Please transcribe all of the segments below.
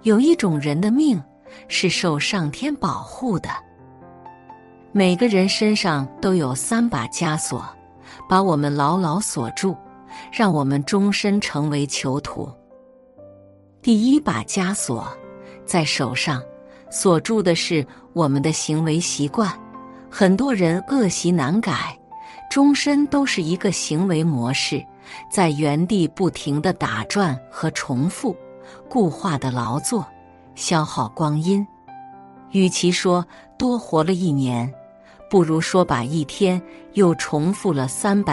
有一种人的命是受上天保护的。每个人身上都有3把枷锁，把我们牢牢锁住，让我们终身成为囚徒。第1把枷锁在手上，锁住的是我们的行为习惯。很多人恶习难改，终身都是一个行为模式，在原地不停地打转和重复，固化的劳作，消耗光阴。与其说多活了1年，不如说把一天又重复了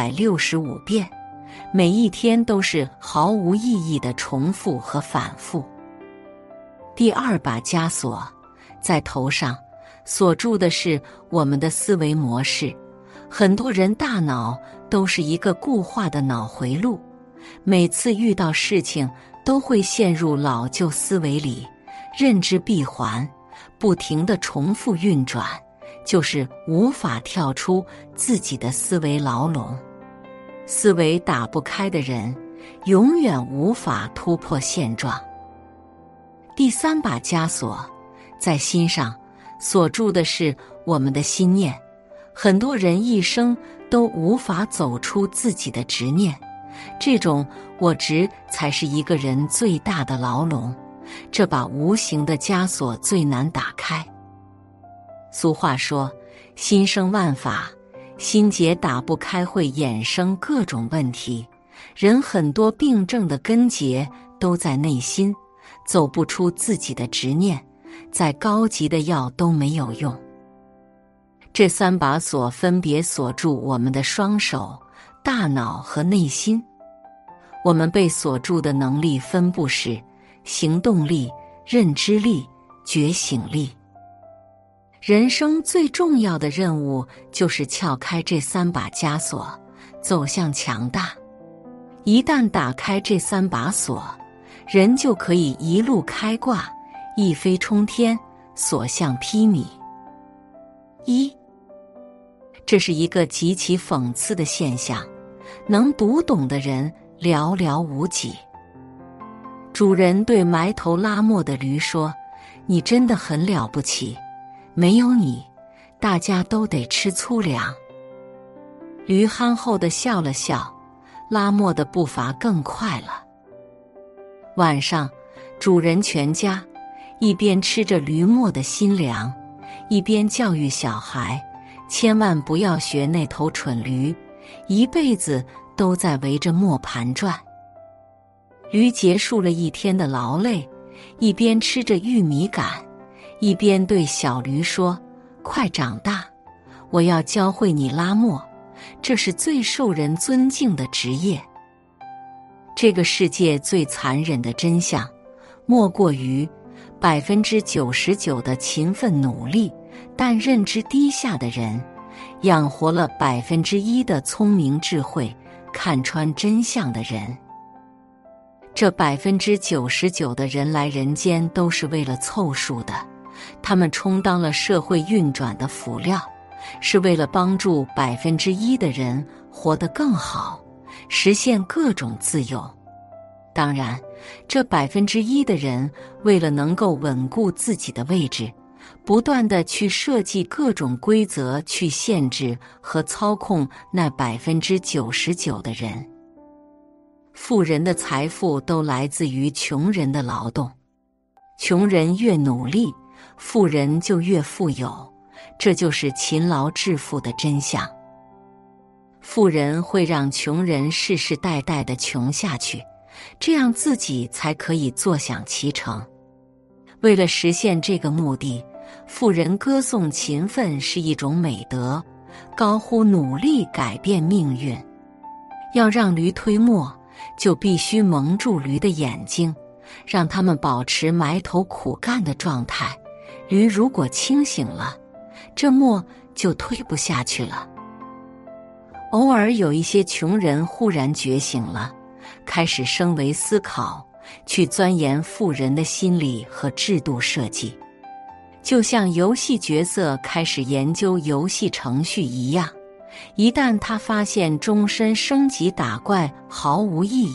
365遍，每一天都是毫无意义的重复和反复。第2把枷锁在头上，锁住的是我们的思维模式。很多人大脑都是一个固化的脑回路，每次遇到事情都会陷入老旧思维里，认知闭环，不停地重复运转，就是无法跳出自己的思维牢笼。思维打不开的人，永远无法突破现状。第3把枷锁在心上，锁住的是我们的心念。很多人一生都无法走出自己的执念，这种我执才是一个人最大的牢笼，这把无形的枷锁最难打开。俗话说，心生万法，心结打不开会衍生各种问题，人很多病症的根结都在内心，走不出自己的执念，再高级的药都没有用。这3把锁分别锁住我们的双手、大脑和内心。我们被锁住的能力分布是行动力、认知力、觉醒力。人生最重要的任务就是撬开这3把枷锁，走向强大。一旦打开这3把锁，人就可以一路开挂，一飞冲天，所向披靡。这是一个极其讽刺的现象，能读懂的人寥寥无几。主人对埋头拉磨的驴说：“你真的很了不起，没有你，大家都得吃粗粮。”驴憨厚地笑了笑，拉磨的步伐更快了。晚上，主人全家一边吃着驴磨的新粮，一边教育小孩，千万不要学那头蠢驴，一辈子都在围着磨盘转。驴结束了一天的劳累，一边吃着玉米杆，一边对小驴说：“快长大，我要教会你拉磨，这是最受人尊敬的职业。”这个世界最残忍的真相，莫过于99%的勤奋努力，但认知低下的人，养活了1%的聪明智慧，看穿真相的人。这99%的人来人间都是为了凑数的，他们充当了社会运转的辅料，是为了帮助1%的人活得更好，实现各种自由。当然，这1%的人为了能够稳固自己的位置，不断地去设计各种规则，去限制和操控那99%的人。富人的财富都来自于穷人的劳动，穷人越努力，富人就越富有，这就是勤劳致富的真相。富人会让穷人世世代代地穷下去，这样自己才可以坐享其成。为了实现这个目的，富人歌颂勤奋是一种美德，高呼努力改变命运。要让驴推磨，就必须蒙住驴的眼睛，让他们保持埋头苦干的状态。驴如果清醒了，这磨就推不下去了。偶尔有一些穷人忽然觉醒了，开始升维思考，去钻研富人的心理和制度设计，就像游戏角色开始研究游戏程序一样。一旦他发现终身升级打怪毫无意义，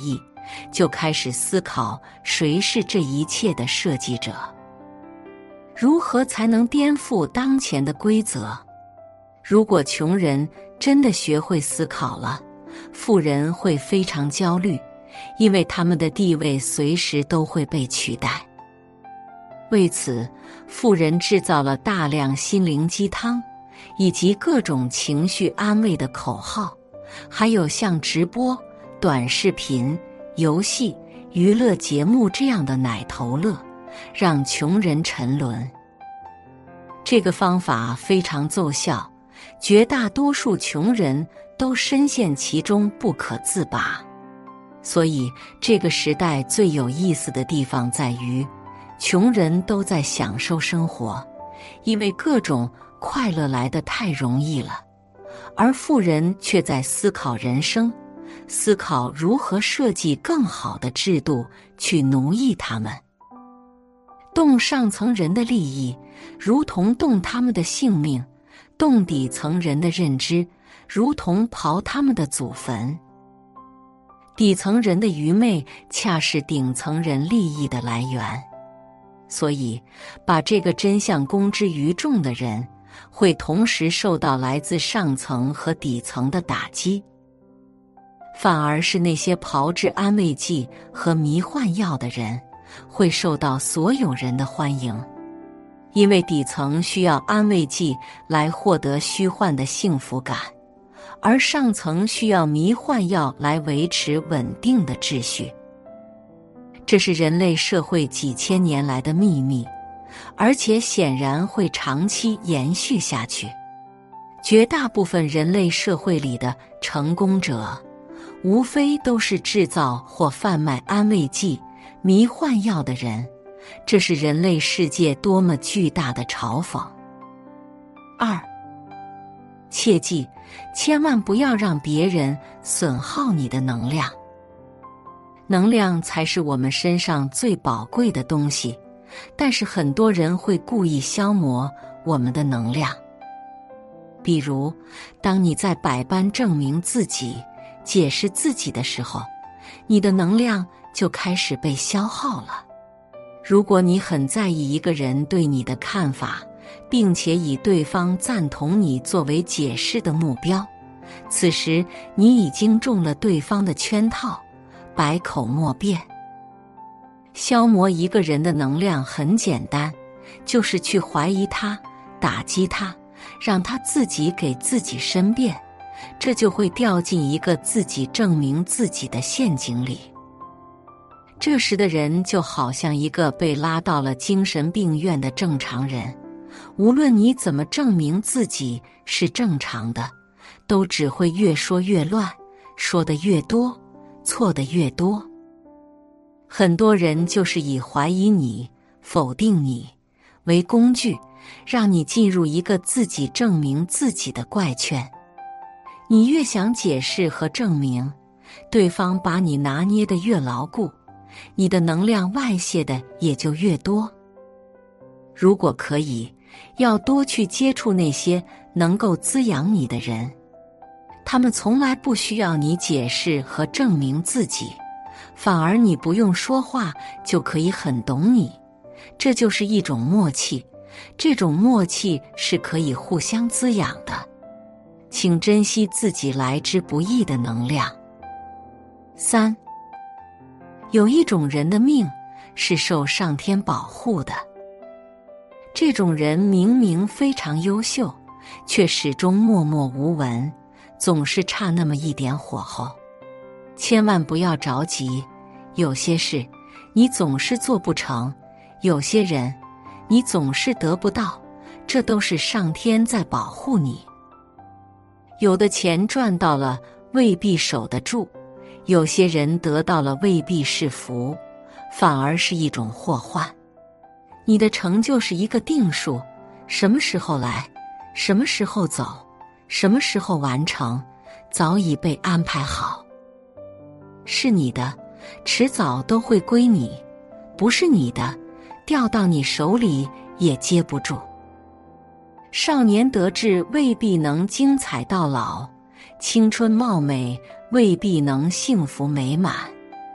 就开始思考谁是这一切的设计者，如何才能颠覆当前的规则。如果穷人真的学会思考了，富人会非常焦虑，因为他们的地位随时都会被取代。为此，富人制造了大量心灵鸡汤，以及各种情绪安慰的口号，还有像直播、短视频、游戏、娱乐节目这样的奶头乐，让穷人沉沦。这个方法非常奏效，绝大多数穷人都深陷其中不可自拔。所以，这个时代最有意思的地方在于，穷人都在享受生活，因为各种快乐来得太容易了，而富人却在思考人生，思考如何设计更好的制度去奴役他们。动上层人的利益，如同动他们的性命；动底层人的认知，如同刨他们的祖坟。底层人的愚昧，恰是顶层人利益的来源。所以，把这个真相公之于众的人，会同时受到来自上层和底层的打击。反而是那些炮制安慰剂和迷幻药的人，会受到所有人的欢迎。因为底层需要安慰剂来获得虚幻的幸福感，而上层需要迷幻药来维持稳定的秩序。这是人类社会几千年来的秘密，而且显然会长期延续下去。绝大部分人类社会里的成功者，无非都是制造或贩卖安慰剂、迷幻药的人，这是人类世界多么巨大的嘲讽。2. 切记，千万不要让别人损耗你的能量。能量才是我们身上最宝贵的东西，但是很多人会故意消磨我们的能量。比如，当你在百般证明自己、解释自己的时候，你的能量就开始被消耗了。如果你很在意一个人对你的看法，并且以对方赞同你作为解释的目标，此时你已经中了对方的圈套，百口莫辩。消磨一个人的能量很简单，就是去怀疑他，打击他，让他自己给自己申辩，这就会掉进一个自己证明自己的陷阱里。这时的人就好像一个被拉到了精神病院的正常人，无论你怎么证明自己是正常的，都只会越说越乱，说得越多，错得越多。很多人就是以怀疑你、否定你为工具，让你进入一个自己证明自己的怪圈。你越想解释和证明，对方把你拿捏得越牢固，你的能量外泄的也就越多。如果可以，要多去接触那些能够滋养你的人，他们从来不需要你解释和证明自己，反而你不用说话就可以很懂你，这就是一种默契，这种默契是可以互相滋养的。请珍惜自己来之不易的能量。3. 有一种人的命是受上天保护的，这种人明明非常优秀，却始终默默无闻，总是差那么一点火候。千万不要着急，有些事你总是做不成，有些人你总是得不到，这都是上天在保护你。有的钱赚到了未必守得住，有些人得到了未必是福，反而是一种祸患。你的成就是一个定数，什么时候来，什么时候走，什么时候完成，早已被安排好。是你的，迟早都会归你；不是你的，掉到你手里也接不住。少年得志未必能精彩到老，青春貌美未必能幸福美满。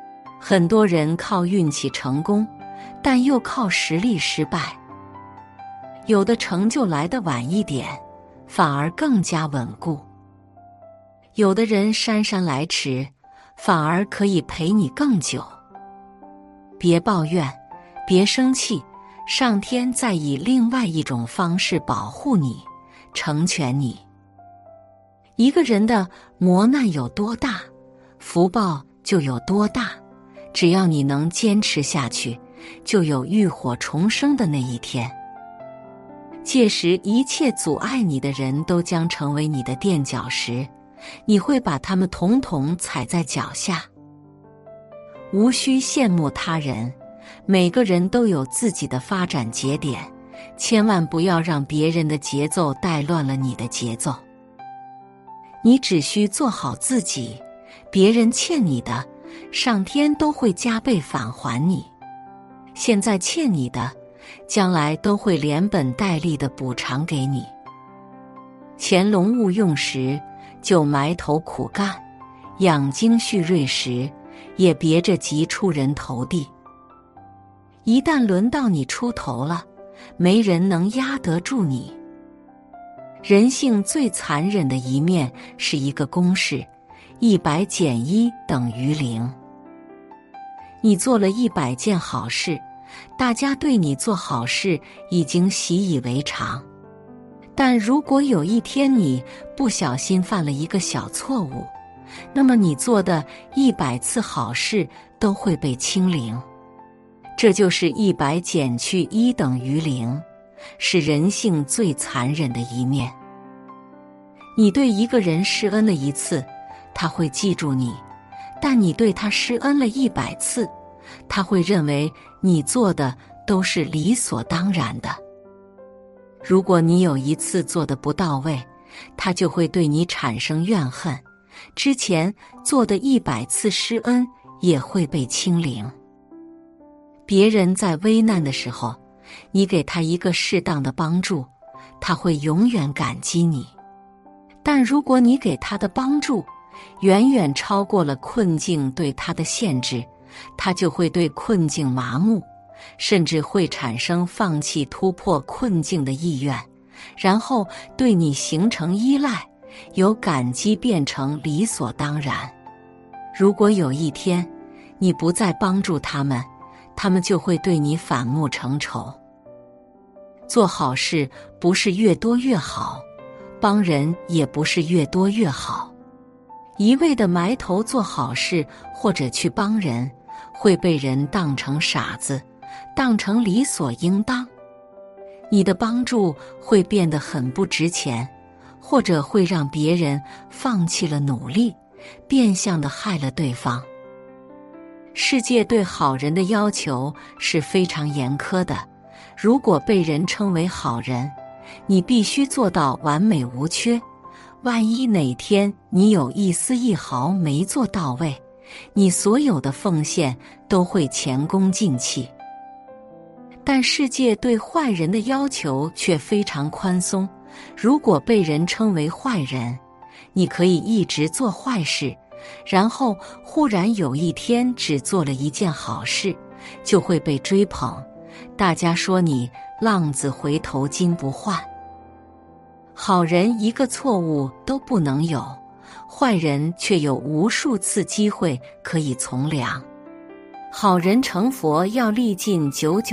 很多人靠运气成功，但又靠实力失败。有的成就来得晚一点，反而更加稳固；有的人姗姗来迟，反而可以陪你更久。别抱怨，别生气，上天在以另外一种方式保护你，成全你。一个人的磨难有多大，福报就有多大。只要你能坚持下去，就有浴火重生的那一天。届时，一切阻碍你的人都将成为你的垫脚石，你会把他们统统踩在脚下。无需羡慕他人，每个人都有自己的发展节点，千万不要让别人的节奏带乱了你的节奏。你只需做好自己，别人欠你的，上天都会加倍返还你。现在欠你的，将来都会连本带利的补偿给你。乾隆勿用时，就埋头苦干，养精蓄锐时，也别着急出人头地。一旦轮到你出头了，没人能压得住你。人性最残忍的一面是一个公式：100减1等于0。你做了100件好事，大家对你做好事已经习以为常。但如果有一天你不小心犯了一个小错误，那么你做的100次好事都会被清零。这就是100减去1等于0，是人性最残忍的一面。你对一个人施恩了一次，他会记住你，但你对他施恩了100次，他会认为你做的都是理所当然的。如果你有一次做得不到位，他就会对你产生怨恨，之前做的100次施恩也会被清零。别人在危难的时候，你给他一个适当的帮助，他会永远感激你。但如果你给他的帮助远远超过了困境对他的限制，他就会对困境麻木，甚至会产生放弃突破困境的意愿，然后对你形成依赖，由感激变成理所当然。如果有一天你不再帮助他们，他们就会对你反目成仇。做好事不是越多越好，帮人也不是越多越好。一味地埋头做好事或者去帮人，会被人当成傻子，当成理所应当。你的帮助会变得很不值钱，或者会让别人放弃了努力，变相地害了对方。世界对好人的要求是非常严苛的，如果被人称为好人，你必须做到完美无缺。万一哪天你有一丝一毫没做到位，你所有的奉献都会前功尽弃。但世界对坏人的要求却非常宽松，如果被人称为坏人，你可以一直做坏事，然后忽然有一天只做了一件好事，就会被追捧，大家说你浪子回头金不换。好人一个错误都不能有，坏人却有无数次机会可以从良。好人成佛要历尽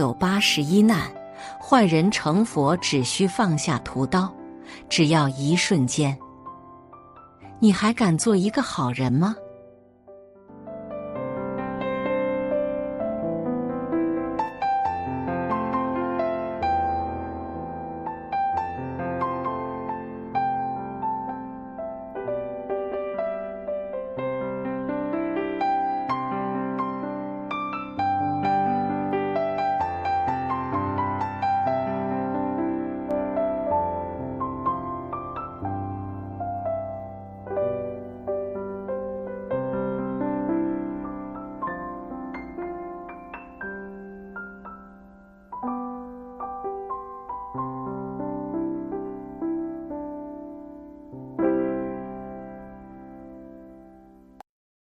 991难，坏人成佛只需放下屠刀，只要一瞬间。你还敢做一个好人吗？